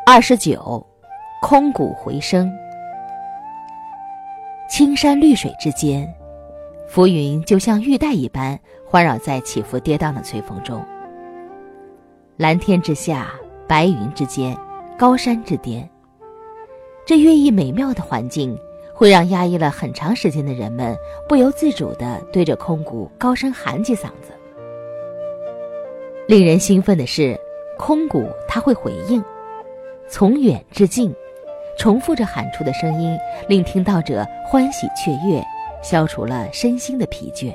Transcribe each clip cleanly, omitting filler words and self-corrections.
29. 空谷回声。青山绿水之间，浮云就像玉带一般环绕在起伏跌宕的翠峰中。蓝天之下，白云之间，高山之巅，这寓意美妙的环境会让压抑了很长时间的人们不由自主地对着空谷高声喊几嗓子。令人兴奋的是，空谷它会回应，从远至近，重复着喊出的声音令听到者欢喜雀跃，消除了身心的疲倦。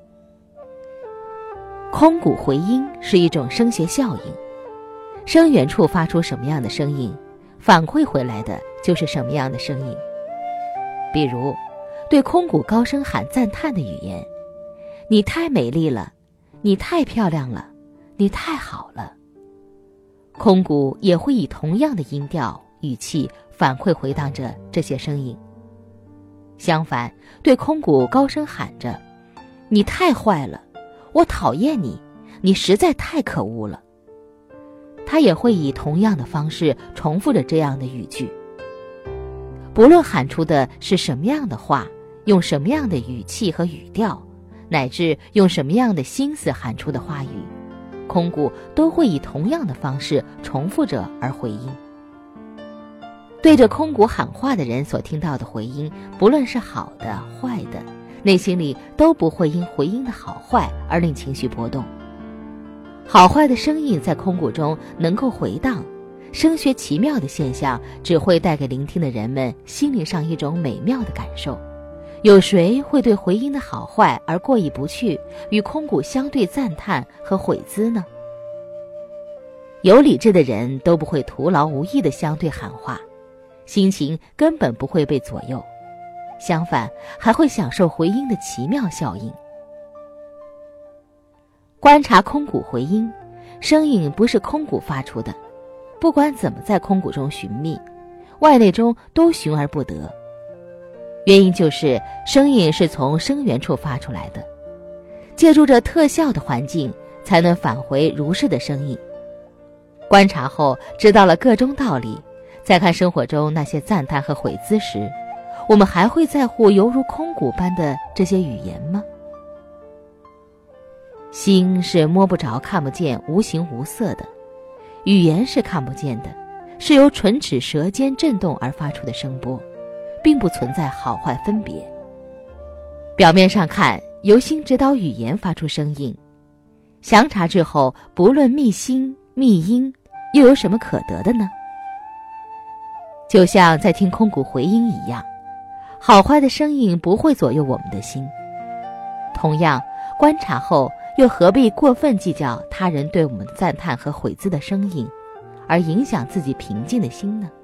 空谷回音是一种声学效应，声源处发出什么样的声音，反馈回来的就是什么样的声音。比如对空谷高声喊赞叹的语言，你太美丽了，你太漂亮了，你太好了，空谷也会以同样的音调语气反馈回荡着这些声音。相反，对空谷高声喊着你太坏了，我讨厌你，你实在太可恶了，他也会以同样的方式重复着这样的语句。不论喊出的是什么样的话，用什么样的语气和语调，乃至用什么样的心思喊出的话语，空谷都会以同样的方式重复着而回应。对着空谷喊话的人所听到的回音，不论是好的坏的，内心里都不会因回音的好坏而令情绪波动。好坏的声音在空谷中能够回荡，声学奇妙的现象只会带给聆听的人们心灵上一种美妙的感受。有谁会对回音的好坏而过意不去，与空谷相对赞叹和悔滋呢？有理智的人都不会徒劳无益地相对喊话，心情根本不会被左右，相反还会享受回音的奇妙效应。观察空谷回音，声音不是空谷发出的，不管怎么在空谷中寻觅，外内中都寻而不得。原因就是声音是从声源处发出来的，借助着特效的环境，才能返回如是的声音。观察后知道了个中道理，再看生活中那些赞叹和悔滋时，我们还会在乎犹如空谷般的这些语言吗？心是摸不着看不见无形无色的，语言是看不见的，是由唇齿舌尖震动而发出的声波，并不存在好坏分别。表面上看，由心指导语言发出声音，详查之后，不论密心密音，又有什么可得的呢？就像在听空谷回音一样，好坏的声音不会左右我们的心。同样，观察后又何必过分计较他人对我们赞叹和悔滋的声音，而影响自己平静的心呢？